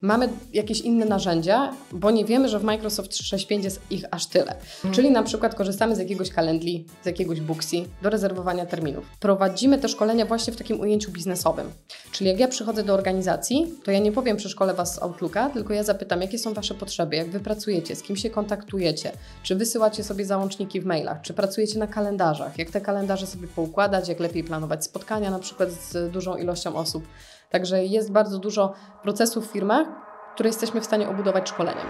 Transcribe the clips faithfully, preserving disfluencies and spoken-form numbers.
mamy jakieś inne narzędzia, bo nie wiemy, że w Microsoft trzysta sześćdziesiąt pięć jest ich aż tyle. Mm. Czyli na przykład korzystamy z jakiegoś Calendly, z jakiegoś Booksy do rezerwowania terminów. Prowadzimy te szkolenia właśnie w takim ujęciu biznesowym. Czyli jak ja przychodzę do organizacji, to ja nie powiem, przeszkolę Was z Outlooka, tylko ja zapytam, jakie są Wasze potrzeby, jak Wy pracujecie, z kim się kontaktujecie, czy wysyłacie sobie załączniki w mailach, czy pracujecie na kalendarzach, jak te kalendarze sobie poukładać, jak lepiej planować spotkania na przykład z dużą ilością osób. Także jest bardzo dużo procesów w firmach, które jesteśmy w stanie obudować szkoleniem.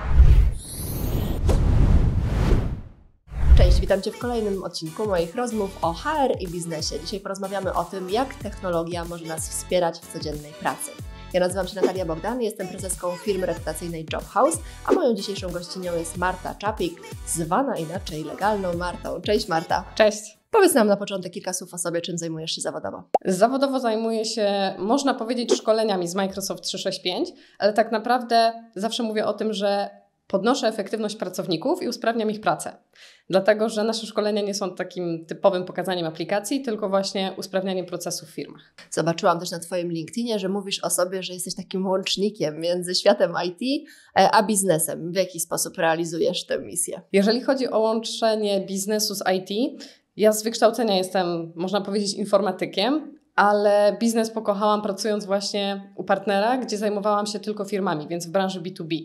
Cześć, witam Cię w kolejnym odcinku moich rozmów o H R i biznesie. Dzisiaj porozmawiamy o tym, jak technologia może nas wspierać w codziennej pracy. Ja nazywam się Natalia Bogdan, jestem prezeską firmy rekrutacyjnej Jobhouse, a moją dzisiejszą gościnią jest Marta Czapik, zwana inaczej legalną Martą. Cześć Marta. Cześć. Powiedz nam na początek kilka słów o sobie, czym zajmujesz się zawodowo. Zawodowo zajmuję się, można powiedzieć, szkoleniami z Microsoft trzysta sześćdziesiąt pięć, ale tak naprawdę zawsze mówię o tym, że podnoszę efektywność pracowników i usprawniam ich pracę. Dlatego, że nasze szkolenia nie są takim typowym pokazaniem aplikacji, tylko właśnie usprawnianiem procesów w firmach. Zobaczyłam też na Twoim LinkedInie, że mówisz o sobie, że jesteś takim łącznikiem między światem I T a biznesem. W jaki sposób realizujesz tę misję? Jeżeli chodzi o łączenie biznesu z I T, ja z wykształcenia jestem, można powiedzieć, informatykiem, ale biznes pokochałam pracując właśnie u partnera, gdzie zajmowałam się tylko firmami, więc w branży B dwa B.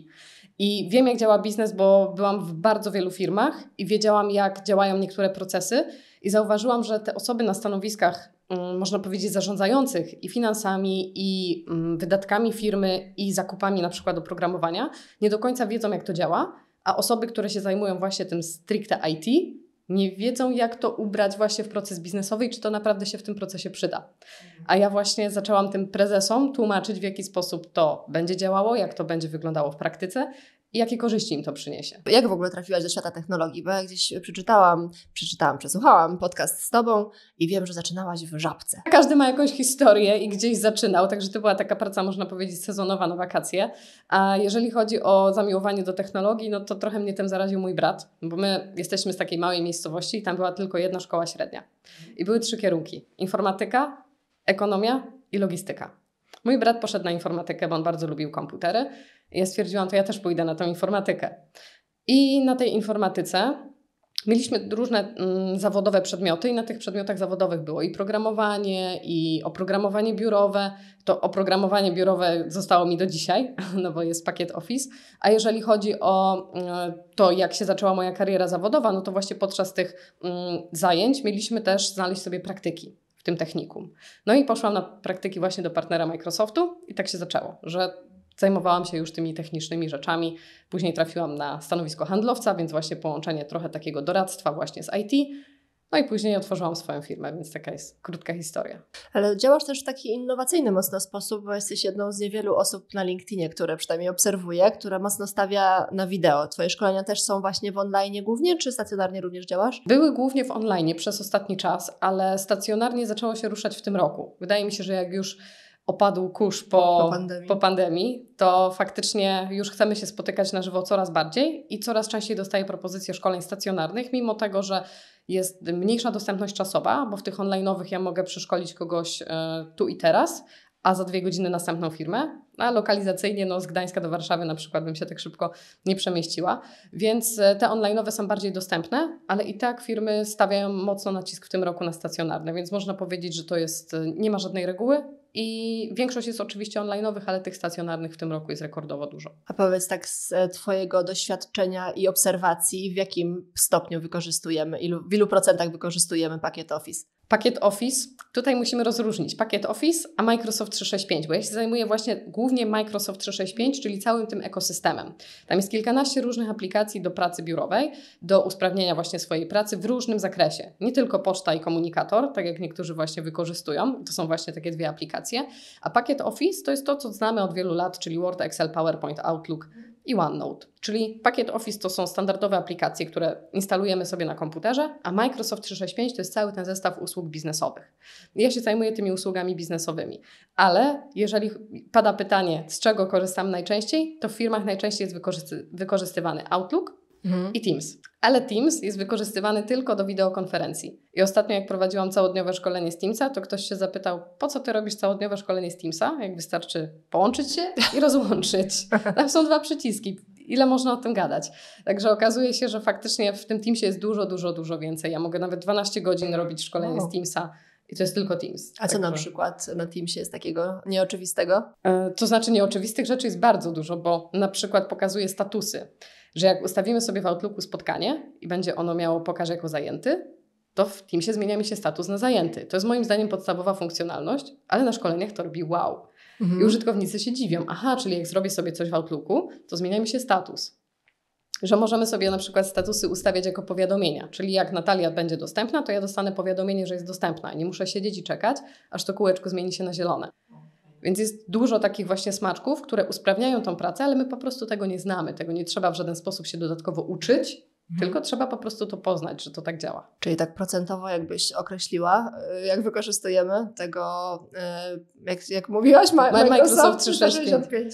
I wiem, jak działa biznes, bo byłam w bardzo wielu firmach i wiedziałam, jak działają niektóre procesy i zauważyłam, że te osoby na stanowiskach, można powiedzieć, zarządzających i finansami, i wydatkami firmy, i zakupami na przykład oprogramowania, nie do końca wiedzą, jak to działa, a osoby, które się zajmują właśnie tym stricte I T, nie wiedzą, jak to ubrać właśnie w proces biznesowy i czy to naprawdę się w tym procesie przyda. A ja właśnie zaczęłam tym prezesom tłumaczyć, w jaki sposób to będzie działało, jak to będzie wyglądało w praktyce i jakie korzyści im to przyniesie. Jak w ogóle trafiłaś do świata technologii? Bo ja gdzieś przeczytałam, przeczytałam, przesłuchałam podcast z Tobą i wiem, że zaczynałaś w Żabce. Każdy ma jakąś historię i gdzieś zaczynał, także to była taka praca, można powiedzieć, sezonowa na wakacje. A jeżeli chodzi o zamiłowanie do technologii, no to trochę mnie tym zaraził mój brat, bo my jesteśmy z takiej małej miejscowości i tam była tylko jedna szkoła średnia. I były trzy kierunki: informatyka, ekonomia i logistyka. Mój brat poszedł na informatykę, bo on bardzo lubił komputery. Ja stwierdziłam, to ja też pójdę na tą informatykę. I na tej informatyce mieliśmy różne mm, zawodowe przedmioty i na tych przedmiotach zawodowych było i programowanie, i oprogramowanie biurowe. To oprogramowanie biurowe zostało mi do dzisiaj, no bo jest pakiet Office. A jeżeli chodzi o y, to, jak się zaczęła moja kariera zawodowa, no to właśnie podczas tych y, zajęć mieliśmy też znaleźć sobie praktyki w tym technikum. No i poszłam na praktyki właśnie do partnera Microsoftu i tak się zaczęło, że zajmowałam się już tymi technicznymi rzeczami. Później trafiłam na stanowisko handlowca, więc właśnie połączenie trochę takiego doradztwa właśnie z I T. No i później otworzyłam swoją firmę, więc taka jest krótka historia. Ale działasz też w taki innowacyjny mocno sposób, bo jesteś jedną z niewielu osób na LinkedInie, które przynajmniej obserwuję, która mocno stawia na wideo. Twoje szkolenia też są właśnie w online głównie, czy stacjonarnie również działasz? Były głównie w online przez ostatni czas, ale stacjonarnie zaczęło się ruszać w tym roku. Wydaje mi się, że jak już opadł kurz po, po, pandemii. po pandemii, to faktycznie już chcemy się spotykać na żywo coraz bardziej i coraz częściej dostaję propozycje szkoleń stacjonarnych, mimo tego, że jest mniejsza dostępność czasowa, bo w tych online'owych ja mogę przeszkolić kogoś y, tu i teraz, a za dwie godziny następną firmę, a lokalizacyjnie no, z Gdańska do Warszawy na przykład bym się tak szybko nie przemieściła, więc te online'owe są bardziej dostępne, ale i tak firmy stawiają mocno nacisk w tym roku na stacjonarne, więc można powiedzieć, że to jest, nie ma żadnej reguły i większość jest oczywiście online'owych, ale tych stacjonarnych w tym roku jest rekordowo dużo. A powiedz tak z Twojego doświadczenia i obserwacji, w jakim stopniu wykorzystujemy, ilu, w ilu procentach wykorzystujemy pakiet Office? Pakiet Office, tutaj musimy rozróżnić pakiet Office a Microsoft trzysta sześćdziesiąt pięć, bo ja się zajmuję właśnie głównie Microsoft trzysta sześćdziesiąt pięć, czyli całym tym ekosystemem. Tam jest kilkanaście różnych aplikacji do pracy biurowej, do usprawnienia właśnie swojej pracy w różnym zakresie. Nie tylko poczta i komunikator, tak jak niektórzy właśnie wykorzystują, to są właśnie takie dwie aplikacje, a pakiet Office to jest to, co znamy od wielu lat, czyli Word, Excel, PowerPoint, Outlook i OneNote. Czyli pakiet Office to są standardowe aplikacje, które instalujemy sobie na komputerze, a Microsoft trzysta sześćdziesiąt pięć to jest cały ten zestaw usług biznesowych. Ja się zajmuję tymi usługami biznesowymi, ale jeżeli pada pytanie, z czego korzystam najczęściej, to w firmach najczęściej jest wykorzysty- wykorzystywany Outlook mhm. i Teams. Ale Teams jest wykorzystywany tylko do wideokonferencji. I ostatnio jak prowadziłam całodniowe szkolenie z Teamsa, to ktoś się zapytał, po co ty robisz całodniowe szkolenie z Teamsa? Jak wystarczy połączyć się i rozłączyć. Tam są dwa przyciski. Ile można o tym gadać? Także okazuje się, że faktycznie w tym Teamsie jest dużo, dużo, dużo więcej. Ja mogę nawet dwanaście godzin robić szkolenie wow. z Teamsa. I to jest tylko Teams. A co tak, na przykład na Teamsie jest takiego nieoczywistego? Yy, to znaczy nieoczywistych rzeczy jest bardzo dużo, bo na przykład pokazuje statusy, że jak ustawimy sobie w Outlooku spotkanie i będzie ono miało pokaż jako zajęty, to w Teamsie zmienia mi się status na zajęty. To jest moim zdaniem podstawowa funkcjonalność, ale na szkoleniach to robi wow. Mhm. I użytkownicy się dziwią. Aha, czyli jak zrobię sobie coś w Outlooku, to zmienia mi się status. Że możemy sobie na przykład statusy ustawiać jako powiadomienia, czyli jak Natalia będzie dostępna, to ja dostanę powiadomienie, że jest dostępna. Nie muszę siedzieć i czekać, aż to kółeczko zmieni się na zielone. Więc jest dużo takich właśnie smaczków, które usprawniają tą pracę, ale my po prostu tego nie znamy. Tego nie trzeba w żaden sposób się dodatkowo uczyć, mhm. tylko trzeba po prostu to poznać, że to tak działa. Czyli tak procentowo jakbyś określiła, jak wykorzystujemy tego, jak, jak mówiłaś, Ma- Microsoft, Microsoft trzysta sześćdziesiąt pięć.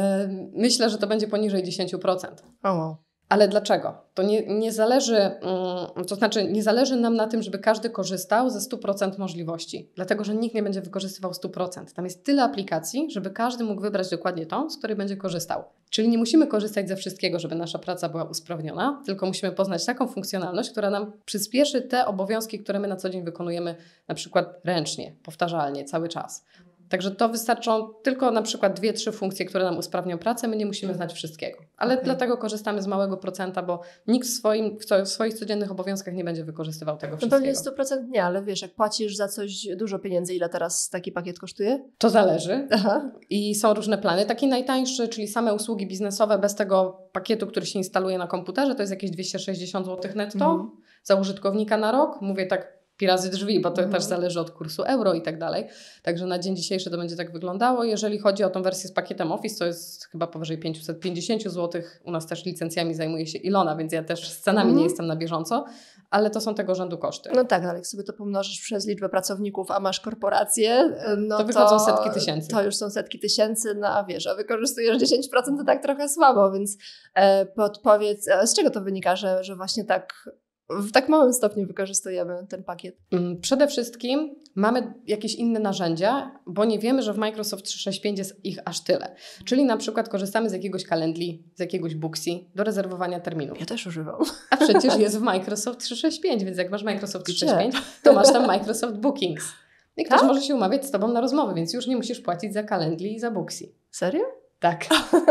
Myślę, że to będzie poniżej dziesięć procent. Oh wow. Ale dlaczego? To nie, nie zależy, to znaczy nie zależy nam na tym, żeby każdy korzystał ze stu procent możliwości, dlatego że nikt nie będzie wykorzystywał stu procent. Tam jest tyle aplikacji, żeby każdy mógł wybrać dokładnie tą, z której będzie korzystał. Czyli nie musimy korzystać ze wszystkiego, żeby nasza praca była usprawniona, tylko musimy poznać taką funkcjonalność, która nam przyspieszy te obowiązki, które my na co dzień wykonujemy na przykład ręcznie, powtarzalnie, cały czas. Także to wystarczą tylko na przykład dwie, trzy funkcje, które nam usprawnią pracę. My nie musimy znać wszystkiego. Ale okay. dlatego korzystamy z małego procenta, bo nikt w, swoim, w swoich codziennych obowiązkach nie będzie wykorzystywał tego wszystkiego. No pewnie sto procent nie, ale wiesz, jak płacisz za coś dużo pieniędzy, ile teraz taki pakiet kosztuje? To zależy. Aha. I są różne plany. Taki najtańszy, czyli same usługi biznesowe bez tego pakietu, który się instaluje na komputerze, to jest jakieś dwieście sześćdziesiąt złotych netto mm. za użytkownika na rok. Mówię tak pi razy drzwi, bo to mhm. też zależy od kursu euro i tak dalej. Także na dzień dzisiejszy to będzie tak wyglądało. Jeżeli chodzi o tą wersję z pakietem Office, to jest chyba powyżej pięćset pięćdziesiąt złotych. U nas też licencjami zajmuje się Ilona, więc ja też z cenami mhm. nie jestem na bieżąco, ale to są tego rzędu koszty. No tak, ale jak sobie to pomnożysz przez liczbę pracowników, a masz korporację, no to wychodzą to, setki tysięcy. To już są setki tysięcy, no a wiesz, a wykorzystujesz dziesięć procent, to tak trochę słabo, więc e, podpowiedz, z czego to wynika, że, że właśnie tak w tak małym stopniu wykorzystujemy ten pakiet? Przede wszystkim mamy jakieś inne narzędzia, bo nie wiemy, że w Microsoft trzysta sześćdziesiąt pięć jest ich aż tyle. Czyli na przykład korzystamy z jakiegoś Calendly, z jakiegoś Booksy do rezerwowania terminów. Ja też używam. A przecież jest w Microsoft trzysta sześćdziesiąt pięć, więc jak masz Microsoft trzysta sześćdziesiąt pięć, to masz tam Microsoft Bookings. I ktoś tak? może się umawiać z Tobą na rozmowę, więc już nie musisz płacić za Calendly i za Booksy. Serio? Tak.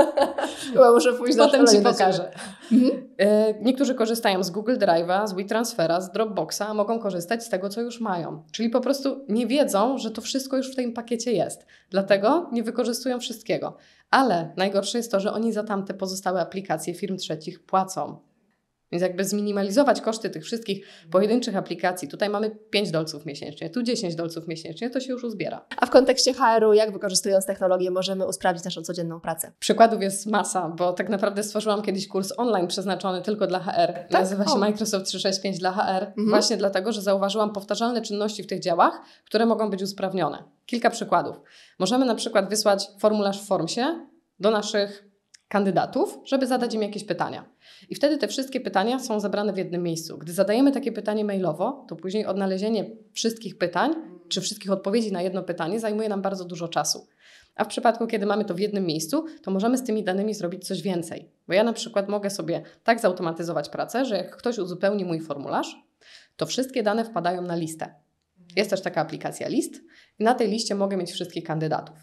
Chyba muszę pójść na Potem Ci pokażę. Mhm. Niektórzy korzystają z Google Drive'a, z WeTransfera, z Dropboxa, a mogą korzystać z tego, co już mają. Czyli po prostu nie wiedzą, że to wszystko już w tym pakiecie jest. Dlatego nie wykorzystują wszystkiego. Ale najgorsze jest to, że oni za tamte pozostałe aplikacje firm trzecich płacą. Więc jakby zminimalizować koszty tych wszystkich pojedynczych aplikacji, tutaj mamy pięć dolców miesięcznie, tu dziesięć dolców miesięcznie, to się już uzbiera. A w kontekście H R u, jak wykorzystując technologię możemy usprawnić naszą codzienną pracę? Przykładów jest masa, bo tak naprawdę stworzyłam kiedyś kurs online przeznaczony tylko dla H R. Tak? Nazywa się o. Microsoft trzysta sześćdziesiąt pięć dla H R, mhm. właśnie dlatego, że zauważyłam powtarzalne czynności w tych działach, które mogą być usprawnione. Kilka przykładów. Możemy na przykład wysłać formularz w Formsie do naszych kandydatów, żeby zadać im jakieś pytania. I wtedy te wszystkie pytania są zebrane w jednym miejscu. Gdy zadajemy takie pytanie mailowo, to później odnalezienie wszystkich pytań, czy wszystkich odpowiedzi na jedno pytanie zajmuje nam bardzo dużo czasu. A w przypadku, kiedy mamy to w jednym miejscu, to możemy z tymi danymi zrobić coś więcej. Bo ja na przykład mogę sobie tak zautomatyzować pracę, że jak ktoś uzupełni mój formularz, to wszystkie dane wpadają na listę. Jest też taka aplikacja List i na tej liście mogę mieć wszystkich kandydatów.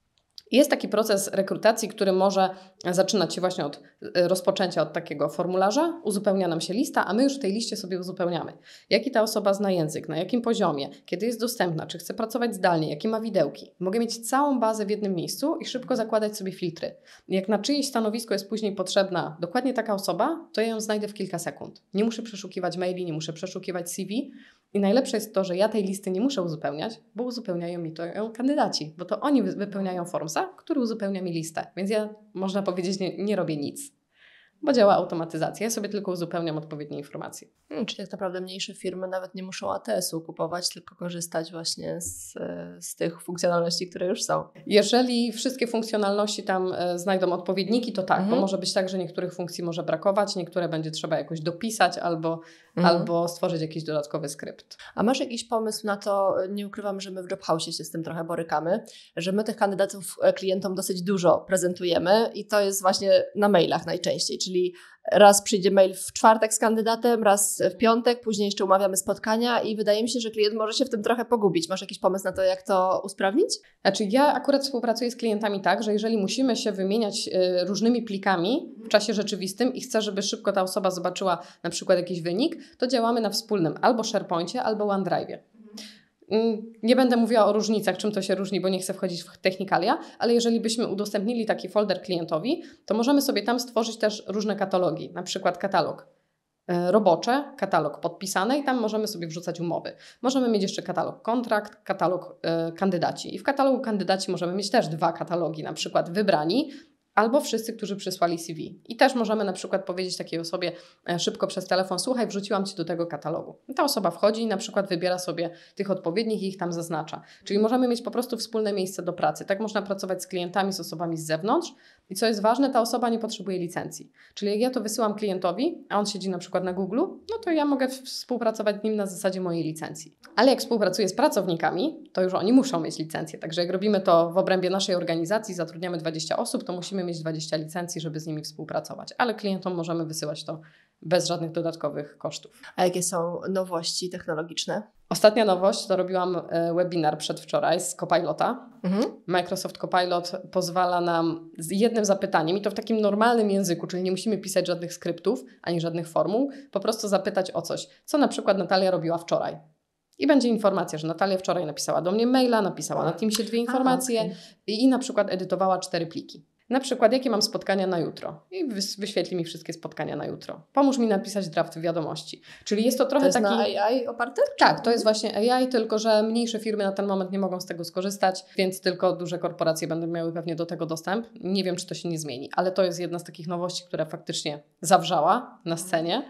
Jest taki proces rekrutacji, który może zaczynać się właśnie od rozpoczęcia od takiego formularza, uzupełnia nam się lista, a my już w tej liście sobie uzupełniamy. Jaki ta osoba zna język, na jakim poziomie, kiedy jest dostępna, czy chce pracować zdalnie, jakie ma widełki. Mogę mieć całą bazę w jednym miejscu i szybko zakładać sobie filtry. Jak na czyjeś stanowisko jest później potrzebna dokładnie taka osoba, to ja ją znajdę w kilka sekund. Nie muszę przeszukiwać maili, nie muszę przeszukiwać C V. I najlepsze jest to, że ja tej listy nie muszę uzupełniać, bo uzupełniają mi to kandydaci, bo to oni wypełniają formsa, który uzupełnia mi listę. Więc ja, można powiedzieć, nie, nie robię nic. bo działa automatyzacja. Ja sobie tylko uzupełniam odpowiednie informacje. Hmm, czyli tak naprawdę mniejsze firmy nawet nie muszą A T S-u kupować, tylko korzystać właśnie z, z tych funkcjonalności, które już są. Jeżeli wszystkie funkcjonalności tam e, znajdą odpowiedniki, to tak, mhm. bo może być tak, że niektórych funkcji może brakować, niektóre będzie trzeba jakoś dopisać albo, mhm. albo stworzyć jakiś dodatkowy skrypt. A masz jakiś pomysł na to, nie ukrywam, że my w Jobhouse się z tym trochę borykamy, że my tych kandydatów klientom dosyć dużo prezentujemy i to jest właśnie na mailach najczęściej, czyli raz przyjdzie mail w czwartek z kandydatem, raz w piątek, później jeszcze umawiamy spotkania i wydaje mi się, że klient może się w tym trochę pogubić. Masz jakiś pomysł na to, jak to usprawnić? Znaczy ja akurat współpracuję z klientami tak, że jeżeli musimy się wymieniać y, różnymi plikami w czasie rzeczywistym i chcę, żeby szybko ta osoba zobaczyła na przykład jakiś wynik, to działamy na wspólnym albo SharePoincie, albo OneDrive'ie. Nie będę mówiła o różnicach, czym to się różni, bo nie chcę wchodzić w technikalia, ale jeżeli byśmy udostępnili taki folder klientowi, to możemy sobie tam stworzyć też różne katalogi, na przykład katalog robocze, katalog podpisany i tam możemy sobie wrzucać umowy. Możemy mieć jeszcze katalog kontrakt, katalog y, kandydaci i w katalogu kandydaci możemy mieć też dwa katalogi, na przykład wybrani, albo wszyscy, którzy przysłali C V. I też możemy na przykład powiedzieć takiej osobie szybko przez telefon, słuchaj, wrzuciłam Ci do tego katalogu. I ta osoba wchodzi i na przykład wybiera sobie tych odpowiednich i ich tam zaznacza. Czyli możemy mieć po prostu wspólne miejsce do pracy. Tak można pracować z klientami, z osobami z zewnątrz. I co jest ważne, ta osoba nie potrzebuje licencji. Czyli jak ja to wysyłam klientowi, a on siedzi na przykład na Google, no to ja mogę współpracować z nim na zasadzie mojej licencji. Ale jak współpracuję z pracownikami, to już oni muszą mieć licencję. Także jak robimy to w obrębie naszej organizacji, zatrudniamy dwadzieścia osób, to musimy mieć dwadzieścia licencji, żeby z nimi współpracować. Ale klientom możemy wysyłać to bez żadnych dodatkowych kosztów. A jakie są nowości technologiczne? Ostatnia nowość to robiłam webinar przedwczoraj z Copilota. Mhm. Microsoft Copilot pozwala nam z jednym zapytaniem i to w takim normalnym języku, czyli nie musimy pisać żadnych skryptów ani żadnych formuł, po prostu zapytać o coś, co na przykład Natalia robiła wczoraj. I będzie informacja, że Natalia wczoraj napisała do mnie maila, napisała na Teamsie dwie informacje. A, okay. i, i na przykład edytowała cztery pliki. Na przykład, jakie mam spotkania na jutro i wyświetli mi wszystkie spotkania na jutro. Pomóż mi napisać draft wiadomości. Czyli jest to trochę to jest taki... na A I oparte? Tak, to jest właśnie A I, tylko że mniejsze firmy na ten moment nie mogą z tego skorzystać, więc tylko duże korporacje będą miały pewnie do tego dostęp. Nie wiem, czy to się nie zmieni, ale to jest jedna z takich nowości, która faktycznie zawrzała na scenie.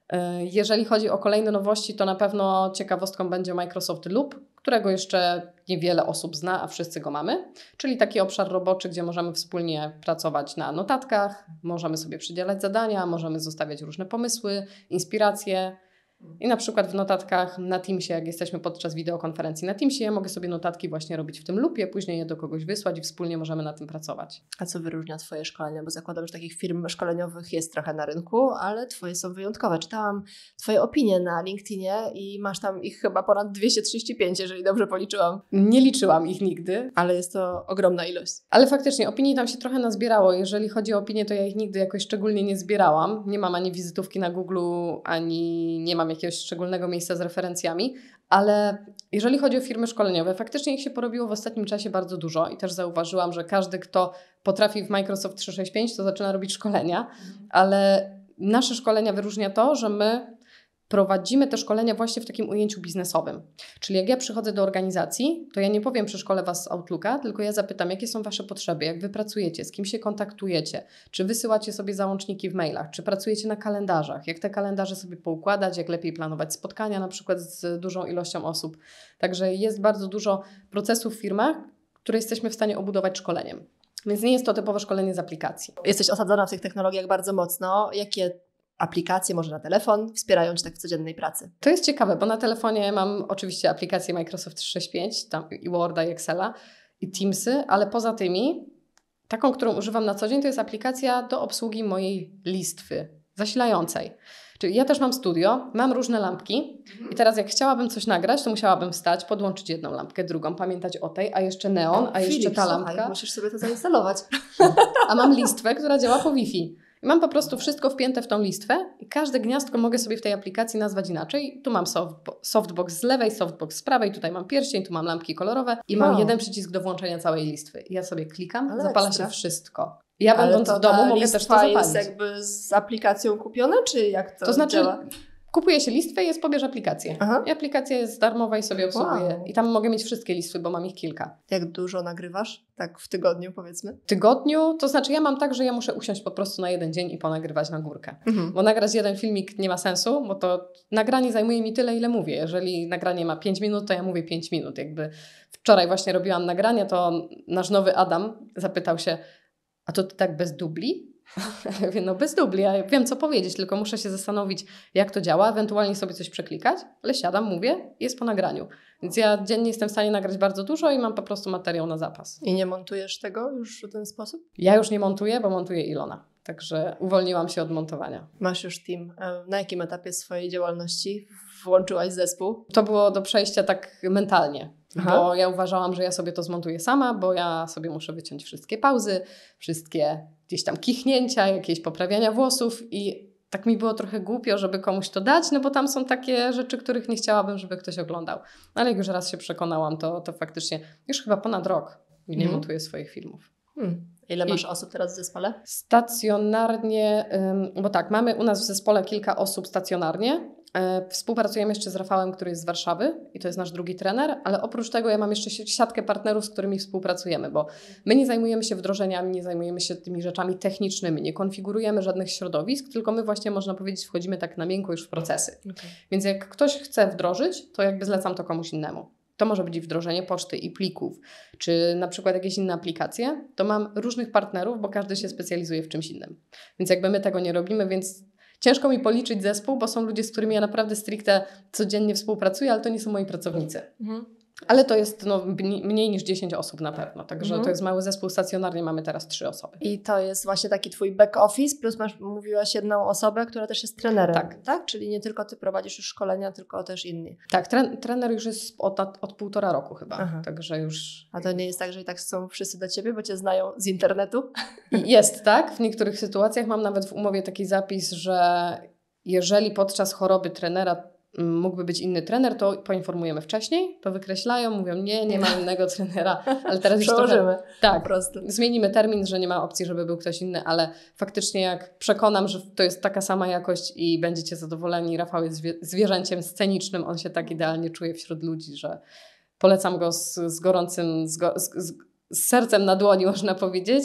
Jeżeli chodzi o kolejne nowości, to na pewno ciekawostką będzie Microsoft Loop, którego jeszcze niewiele osób zna, a wszyscy go mamy. Czyli taki obszar roboczy, gdzie możemy wspólnie pracować na notatkach, możemy sobie przydzielać zadania, możemy zostawiać różne pomysły, inspiracje. I na przykład w notatkach na Teamsie, jak jesteśmy podczas wideokonferencji na Teamsie, ja mogę sobie notatki właśnie robić w tym loopie, później je do kogoś wysłać i wspólnie możemy na tym pracować. A co wyróżnia Twoje szkolenia? Bo zakładam, że takich firm szkoleniowych jest trochę na rynku, ale Twoje są wyjątkowe. Czytałam Twoje opinie na LinkedInie i masz tam ich chyba ponad dwieście trzydzieści pięć, jeżeli dobrze policzyłam. Nie liczyłam ich nigdy. Ale jest to ogromna ilość. Ale faktycznie opinii tam się trochę nazbierało. Jeżeli chodzi o opinie, to ja ich nigdy jakoś szczególnie nie zbierałam. Nie mam ani wizytówki na Google'u, ani nie mam jakiegoś szczególnego miejsca z referencjami, ale jeżeli chodzi o firmy szkoleniowe, faktycznie ich się porobiło w ostatnim czasie bardzo dużo i też zauważyłam, że każdy, kto potrafi w Microsoft trzysta sześćdziesiąt pięć, to zaczyna robić szkolenia, ale nasze szkolenia wyróżnia to, że my prowadzimy te szkolenia właśnie w takim ujęciu biznesowym. Czyli jak ja przychodzę do organizacji, to ja nie powiem, przeszkolę Was z Outlooka, tylko ja zapytam, jakie są Wasze potrzeby, jak Wy pracujecie, z kim się kontaktujecie, czy wysyłacie sobie załączniki w mailach, czy pracujecie na kalendarzach, jak te kalendarze sobie poukładać, jak lepiej planować spotkania na przykład z dużą ilością osób. Także jest bardzo dużo procesów w firmach, które jesteśmy w stanie obudować szkoleniem. Więc nie jest to typowe szkolenie z aplikacji. Jesteś osadzona w tych technologiach bardzo mocno. Jakie aplikacje, może na telefon, wspierają Cię tak w codziennej pracy? To jest ciekawe, bo na telefonie mam oczywiście aplikację Microsoft trzysta sześćdziesiąt pięć, tam i Worda, i Excela, i Teamsy, ale poza tymi, taką, którą używam na co dzień, to jest aplikacja do obsługi mojej listwy zasilającej. Czyli ja też mam studio, mam różne lampki i teraz jak chciałabym coś nagrać, to musiałabym wstać, podłączyć jedną lampkę, drugą, pamiętać o tej, a jeszcze neon, a jeszcze Filip, ta słuchaj, lampka. Musisz sobie to zainstalować. A mam listwę, która działa po Wi-Fi. I mam po prostu wszystko wpięte w tą listwę i każde gniazdko mogę sobie w tej aplikacji nazwać inaczej. Tu mam softbo- softbox z lewej, softbox z prawej, tutaj mam pierścień, tu mam lampki kolorowe i mam wow. jeden przycisk do włączenia całej listwy. I ja sobie klikam, ale zapala ekstra. się wszystko. Ja ale będąc to w domu mogę też to zapalić. To jest jakby z aplikacją kupione, czy jak to To znaczy, działa? Kupuje się listwę i jest pobierz aplikację. Aha. I aplikacja jest darmowa i sobie obsługuję. Wow. I tam mogę mieć wszystkie listwy, bo mam ich kilka. Jak dużo nagrywasz? Tak w tygodniu powiedzmy? W tygodniu? To znaczy ja mam tak, że ja muszę usiąść po prostu na jeden dzień i ponagrywać na górkę. Mhm. Bo nagrać jeden filmik nie ma sensu, bo to nagranie zajmuje mi tyle, ile mówię. Jeżeli nagranie ma pięć minut, to ja mówię pięć minut. Jakby wczoraj właśnie robiłam nagranie, to nasz nowy Adam zapytał się, a to ty tak bez dubli? Ja mówię, no bez dubli, ja wiem co powiedzieć, tylko muszę się zastanowić, jak to działa, ewentualnie sobie coś przeklikać, ale siadam, mówię, jest po nagraniu. Więc ja dziennie jestem w stanie nagrać bardzo dużo i mam po prostu materiał na zapas. I nie montujesz tego już w ten sposób? Ja już nie montuję, bo montuję Ilona. Także uwolniłam się od montowania. Masz już team. Na jakim etapie swojej działalności włączyłaś zespół? To było do przejścia tak mentalnie. Aha. Bo ja uważałam, że ja sobie to zmontuję sama, bo ja sobie muszę wyciąć wszystkie pauzy, wszystkie gdzieś tam kichnięcia, jakieś poprawiania włosów i tak mi było trochę głupio, żeby komuś to dać, no bo tam są takie rzeczy, których nie chciałabym, żeby ktoś oglądał. Ale jak już raz się przekonałam, to, to faktycznie już chyba ponad rok nie hmm. montuję swoich filmów. Hmm. Ile masz I osób teraz w zespole? Stacjonarnie, bo tak, mamy u nas w zespole kilka osób stacjonarnie. Współpracujemy jeszcze z Rafałem, który jest z Warszawy i to jest nasz drugi trener, ale oprócz tego ja mam jeszcze siatkę partnerów, z którymi współpracujemy, bo my nie zajmujemy się wdrożeniami, nie zajmujemy się tymi rzeczami technicznymi, nie konfigurujemy żadnych środowisk, tylko my właśnie, można powiedzieć, wchodzimy tak na miękko już w procesy. Okay. Więc jak ktoś chce wdrożyć, to jakby zlecam to komuś innemu. To może być wdrożenie poczty i plików, czy na przykład jakieś inne aplikacje. To mam różnych partnerów, bo każdy się specjalizuje w czymś innym. Więc jakby my tego nie robimy, więc ciężko mi policzyć zespół, bo są ludzie, z którymi ja naprawdę stricte codziennie współpracuję, ale to nie są moi pracownicy. Mhm. Ale to jest no, mniej niż dziesięć osób na pewno, także mhm. to jest mały zespół, stacjonarnie mamy teraz trzy osoby. I to jest właśnie taki twój back office, plus masz, mówiłaś jedną osobę, która też jest trenerem, tak? tak? Czyli nie tylko ty prowadzisz już szkolenia, tylko też inni. Tak, tre- trener już jest od, od półtora roku chyba, Aha. także już... A to nie jest tak, że i tak są wszyscy do ciebie, bo cię znają z internetu? Jest, tak. W niektórych sytuacjach mam nawet w umowie taki zapis, że jeżeli podczas choroby trenera mógłby być inny trener, to poinformujemy wcześniej, to wykreślają, mówią nie, nie ma innego trenera, ale teraz już trochę... Tak, po prostu. Zmienimy termin, że nie ma opcji, żeby był ktoś inny, ale faktycznie jak przekonam, że to jest taka sama jakość i będziecie zadowoleni, Rafał jest zwie- zwierzęciem scenicznym, on się tak idealnie czuje wśród ludzi, że polecam go z, z gorącym, z, go, z, z, z sercem na dłoni, można powiedzieć,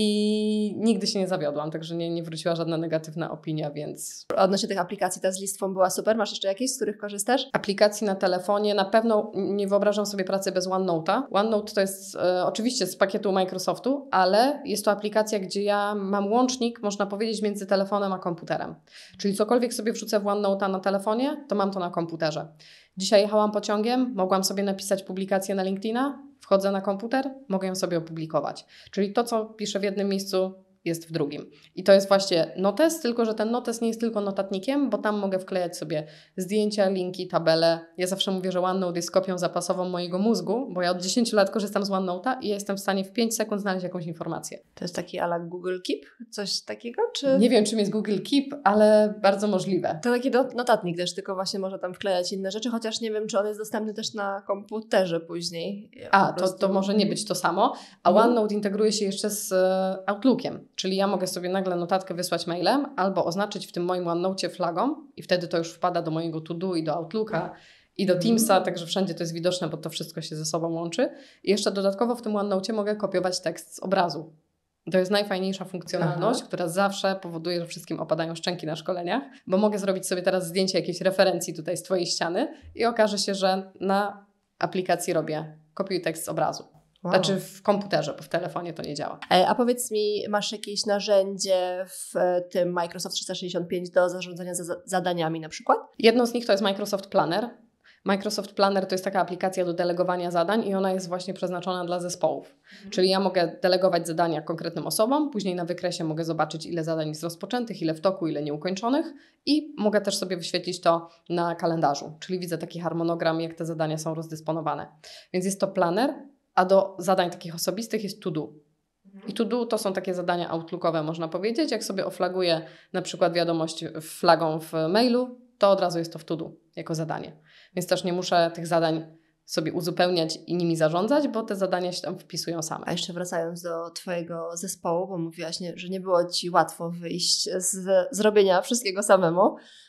i nigdy się nie zawiodłam, także nie, nie wróciła żadna negatywna opinia, więc... Odnośnie tych aplikacji, ta z listwą była super. Masz jeszcze jakieś, z których korzystasz? Aplikacji na telefonie, na pewno nie wyobrażam sobie pracy bez OneNote'a. OneNote to jest e, oczywiście z pakietu Microsoftu, ale jest to aplikacja, gdzie ja mam łącznik, można powiedzieć, między telefonem a komputerem. Czyli cokolwiek sobie wrzucę w OneNote'a na telefonie, to mam to na komputerze. Dzisiaj jechałam pociągiem, mogłam sobie napisać publikację na LinkedIna, wchodzę na komputer, mogę ją sobie opublikować. Czyli to, co piszę w jednym miejscu, jest w drugim. I to jest właśnie notes, tylko że ten notes nie jest tylko notatnikiem, bo tam mogę wklejać sobie zdjęcia, linki, tabele. Ja zawsze mówię, że OneNote jest kopią zapasową mojego mózgu, bo ja od dziesięciu lat korzystam z OneNote'a i ja jestem w stanie w pięć sekund znaleźć jakąś informację. To jest taki ala Google Keep? Coś takiego? Czy... Nie wiem, czym jest Google Keep, ale bardzo możliwe. To taki notatnik też, tylko właśnie można tam wklejać inne rzeczy, chociaż nie wiem, czy on jest dostępny też na komputerze później. Ja A, prostu... to, to może nie być to samo. A mhm. OneNote integruje się jeszcze z Outlookiem. Czyli ja mogę sobie nagle notatkę wysłać mailem albo oznaczyć w tym moim OneNote'cie flagą i wtedy to już wpada do mojego to-do i do Outlooka i do Teamsa, także wszędzie to jest widoczne, bo to wszystko się ze sobą łączy. I jeszcze dodatkowo w tym OneNote'cie mogę kopiować tekst z obrazu. To jest najfajniejsza funkcjonalność, Aha. która zawsze powoduje, że wszystkim opadają szczęki na szkoleniach, bo mogę zrobić sobie teraz zdjęcie jakiejś referencji tutaj z twojej ściany i okaże się, że na aplikacji robię kopiuj tekst z obrazu. Wow. Znaczy w komputerze, bo w telefonie to nie działa. A powiedz mi, masz jakieś narzędzie w tym Microsoft trzysta sześćdziesiąt pięć do zarządzania za- zadaniami na przykład? Jedno z nich to jest Microsoft Planner. Microsoft Planner to jest taka aplikacja do delegowania zadań i ona jest właśnie przeznaczona dla zespołów. Mhm. Czyli ja mogę delegować zadania konkretnym osobom, później na wykresie mogę zobaczyć, ile zadań jest rozpoczętych, ile w toku, ile nieukończonych i mogę też sobie wyświetlić to na kalendarzu. Czyli widzę taki harmonogram, jak te zadania są rozdysponowane. Więc jest to planner, a do zadań takich osobistych jest to do. I to do to są takie zadania outlookowe, można powiedzieć. Jak sobie oflaguję na przykład wiadomość flagą w mailu, to od razu jest to w to do jako zadanie. Więc też nie muszę tych zadań sobie uzupełniać i nimi zarządzać, bo te zadania się tam wpisują same. A jeszcze wracając do twojego zespołu, bo mówiłaś, nie, że nie było ci łatwo wyjść z zrobienia wszystkiego samemu.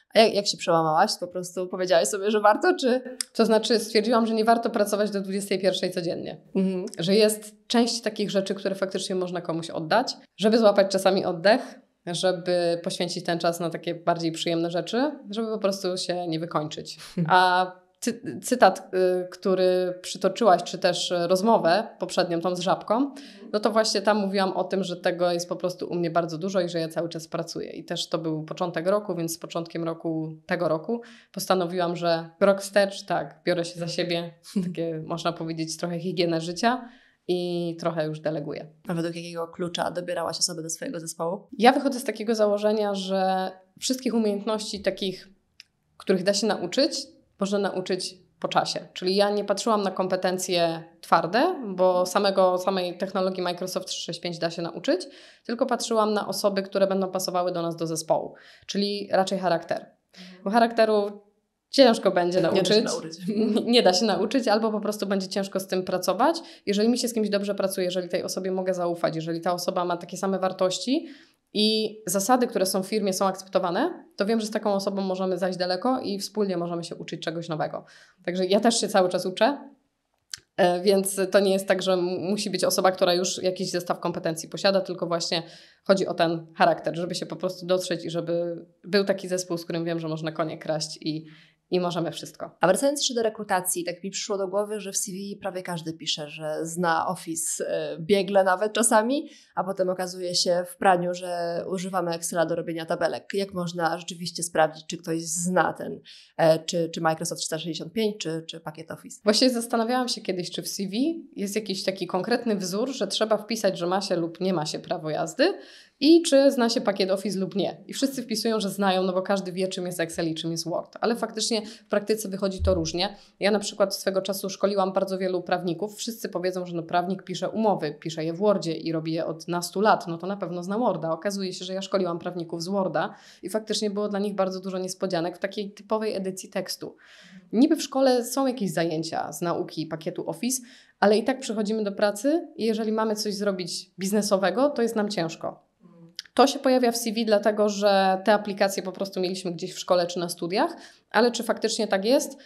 A jak, jak się przełamałaś? Po prostu powiedziałaś sobie, że warto, czy... To znaczy stwierdziłam, że nie warto pracować do dwudziestej pierwszej codziennie. Mhm. Że jest część takich rzeczy, które faktycznie można komuś oddać, żeby złapać czasami oddech, żeby poświęcić ten czas na takie bardziej przyjemne rzeczy, żeby po prostu się nie wykończyć. A cy- cytat, y, który przytoczyłaś, czy też rozmowę poprzednią, tą z Żabką, no to właśnie tam mówiłam o tym, że tego jest po prostu u mnie bardzo dużo i że ja cały czas pracuję. I też to był początek roku, więc z początkiem roku, tego roku postanowiłam, że rok wstecz, tak, biorę się za siebie, takie można powiedzieć trochę higienę życia i trochę już deleguję. A według jakiego klucza dobierałaś osoby do swojego zespołu? Ja wychodzę z takiego założenia, że wszystkich umiejętności takich, których da się nauczyć, można nauczyć po czasie. Czyli ja nie patrzyłam na kompetencje twarde, bo samego, samej technologii Microsoft trzysta sześćdziesiąt pięć da się nauczyć, tylko patrzyłam na osoby, które będą pasowały do nas do zespołu. Czyli raczej charakter. Bo charakteru ciężko będzie nauczyć. Nie da się nauczyć. Nie da się nauczyć, albo po prostu będzie ciężko z tym pracować. Jeżeli mi się z kimś dobrze pracuje, jeżeli tej osobie mogę zaufać, jeżeli ta osoba ma takie same wartości i zasady, które są w firmie, są akceptowane, to wiem, że z taką osobą możemy zajść daleko i wspólnie możemy się uczyć czegoś nowego. Także ja też się cały czas uczę, więc to nie jest tak, że musi być osoba, która już jakiś zestaw kompetencji posiada, tylko właśnie chodzi o ten charakter, żeby się po prostu dotrzeć i żeby był taki zespół, z którym wiem, że można konie kraść i I możemy wszystko. A wracając jeszcze do rekrutacji, tak mi przyszło do głowy, że w C V prawie każdy pisze, że zna Office biegle nawet czasami, a potem okazuje się w praniu, że używamy Excela do robienia tabelek. Jak można rzeczywiście sprawdzić, czy ktoś zna ten, czy, czy Microsoft trzysta sześćdziesiąt pięć, czy, czy pakiet Office? Właśnie zastanawiałam się kiedyś, czy w C V jest jakiś taki konkretny wzór, że trzeba wpisać, że ma się lub nie ma się prawo jazdy i czy zna się pakiet Office lub nie. I wszyscy wpisują, że znają, no bo każdy wie, czym jest Excel i czym jest Word. Ale faktycznie w praktyce wychodzi to różnie. Ja na przykład swego czasu szkoliłam bardzo wielu prawników. Wszyscy powiedzą, że no prawnik pisze umowy, pisze je w Wordzie i robi je od nastu lat, no to na pewno zna Worda. Okazuje się, że ja szkoliłam prawników z Worda i faktycznie było dla nich bardzo dużo niespodzianek w takiej typowej edycji tekstu. Niby w szkole są jakieś zajęcia z nauki pakietu Office, ale i tak przychodzimy do pracy i jeżeli mamy coś zrobić biznesowego, to jest nam ciężko. To się pojawia w C V dlatego, że te aplikacje po prostu mieliśmy gdzieś w szkole czy na studiach, ale czy faktycznie tak jest?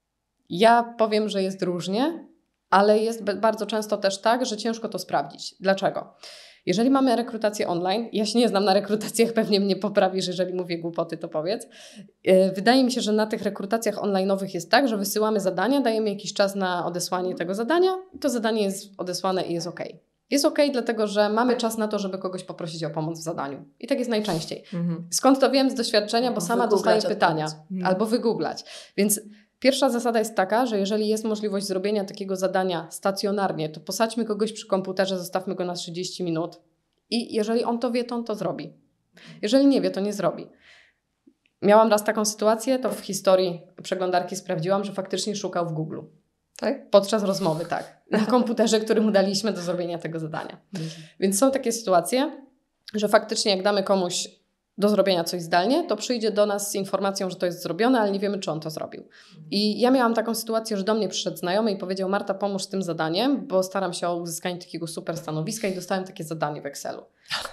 Ja powiem, że jest różnie, ale jest bardzo często też tak, że ciężko to sprawdzić. Dlaczego? Jeżeli mamy rekrutację online, ja się nie znam na rekrutacjach, pewnie mnie poprawisz, jeżeli mówię głupoty, to powiedz. Wydaje mi się, że na tych rekrutacjach online'owych jest tak, że wysyłamy zadania, dajemy jakiś czas na odesłanie tego zadania i to zadanie jest odesłane i jest ok. Jest ok, dlatego że mamy czas na to, żeby kogoś poprosić o pomoc w zadaniu. I tak jest najczęściej. Mhm. Skąd to wiem? Z doświadczenia, bo sama dostaję pytania. Mhm. Albo wygooglać. Więc pierwsza zasada jest taka, że jeżeli jest możliwość zrobienia takiego zadania stacjonarnie, to posadźmy kogoś przy komputerze, zostawmy go na trzydzieści minut i jeżeli on to wie, to on to zrobi. Jeżeli nie wie, to nie zrobi. Miałam raz taką sytuację, to w historii przeglądarki sprawdziłam, że faktycznie szukał w Google. Tak? Podczas rozmowy, tak. Na komputerze, który mu daliśmy do zrobienia tego zadania. Mhm. Więc są takie sytuacje, że faktycznie jak damy komuś do zrobienia coś zdalnie, to przyjdzie do nas z informacją, że to jest zrobione, ale nie wiemy, czy on to zrobił. I ja miałam taką sytuację, że do mnie przyszedł znajomy i powiedział: Marta, pomóż z tym zadaniem, bo staram się o uzyskanie takiego super stanowiska i dostałem takie zadanie w Excelu.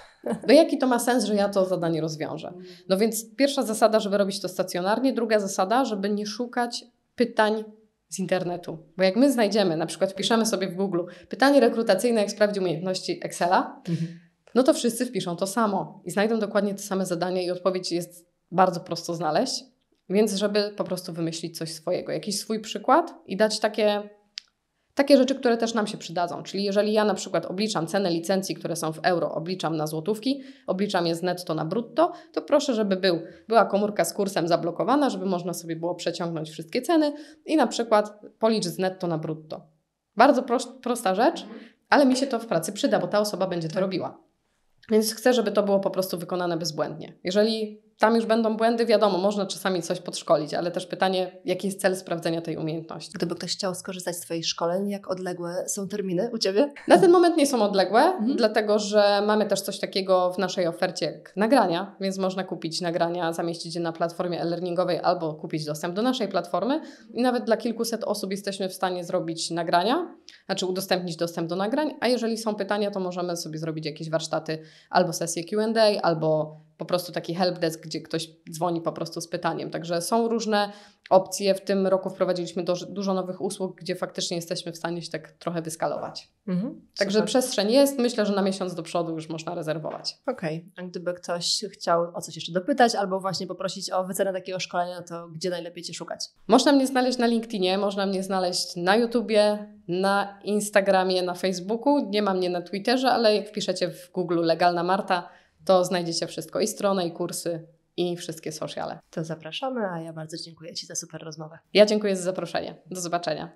No jaki to ma sens, że ja to zadanie rozwiążę? No więc pierwsza zasada, żeby robić to stacjonarnie. Druga zasada, żeby nie szukać pytań z internetu. Bo jak my znajdziemy, na przykład wpiszemy sobie w Google pytanie rekrutacyjne, jak sprawdzić umiejętności Excela, mhm. no to wszyscy wpiszą to samo i znajdą dokładnie te same zadania i odpowiedź jest bardzo prosto znaleźć. Więc żeby po prostu wymyślić coś swojego, jakiś swój przykład i dać takie, takie rzeczy, które też nam się przydadzą. Czyli jeżeli ja na przykład obliczam cenę licencji, które są w euro, obliczam na złotówki, obliczam je z netto na brutto, to proszę, żeby był, była komórka z kursem zablokowana, żeby można sobie było przeciągnąć wszystkie ceny i na przykład policz z netto na brutto. Bardzo prost, prosta rzecz, ale mi się to w pracy przyda, bo ta osoba będzie to robiła. Więc chcę, żeby to było po prostu wykonane bezbłędnie. Jeżeli tam już będą błędy, wiadomo, można czasami coś podszkolić, ale też pytanie, jaki jest cel sprawdzenia tej umiejętności. Gdyby ktoś chciał skorzystać z Twoich szkoleń, jak odległe są terminy u Ciebie? Na ten moment nie są odległe, mhm. dlatego że mamy też coś takiego w naszej ofercie jak nagrania, więc można kupić nagrania, zamieścić je na platformie e-learningowej albo kupić dostęp do naszej platformy i nawet dla kilkuset osób jesteśmy w stanie zrobić nagrania, znaczy udostępnić dostęp do nagrań, a jeżeli są pytania, to możemy sobie zrobić jakieś warsztaty albo sesję Q and A, albo po prostu taki helpdesk, gdzie ktoś dzwoni po prostu z pytaniem. Także są różne opcje. W tym roku wprowadziliśmy do, dużo nowych usług, gdzie faktycznie jesteśmy w stanie się tak trochę wyskalować. Mhm, Także super. Przestrzeń jest. Myślę, że na miesiąc do przodu już można rezerwować. Okej. Okay. A gdyby ktoś chciał o coś jeszcze dopytać albo właśnie poprosić o wycenę takiego szkolenia, to gdzie najlepiej Cię szukać? Można mnie znaleźć na LinkedInie, można mnie znaleźć na YouTubie, na Instagramie, na Facebooku. Nie ma mnie na Twitterze, ale jak wpiszecie w Google Legalna Marta, to znajdziecie wszystko. I stronę, i kursy, i wszystkie sociale. To zapraszamy, a ja bardzo dziękuję Ci za super rozmowę. Ja dziękuję za zaproszenie. Do zobaczenia.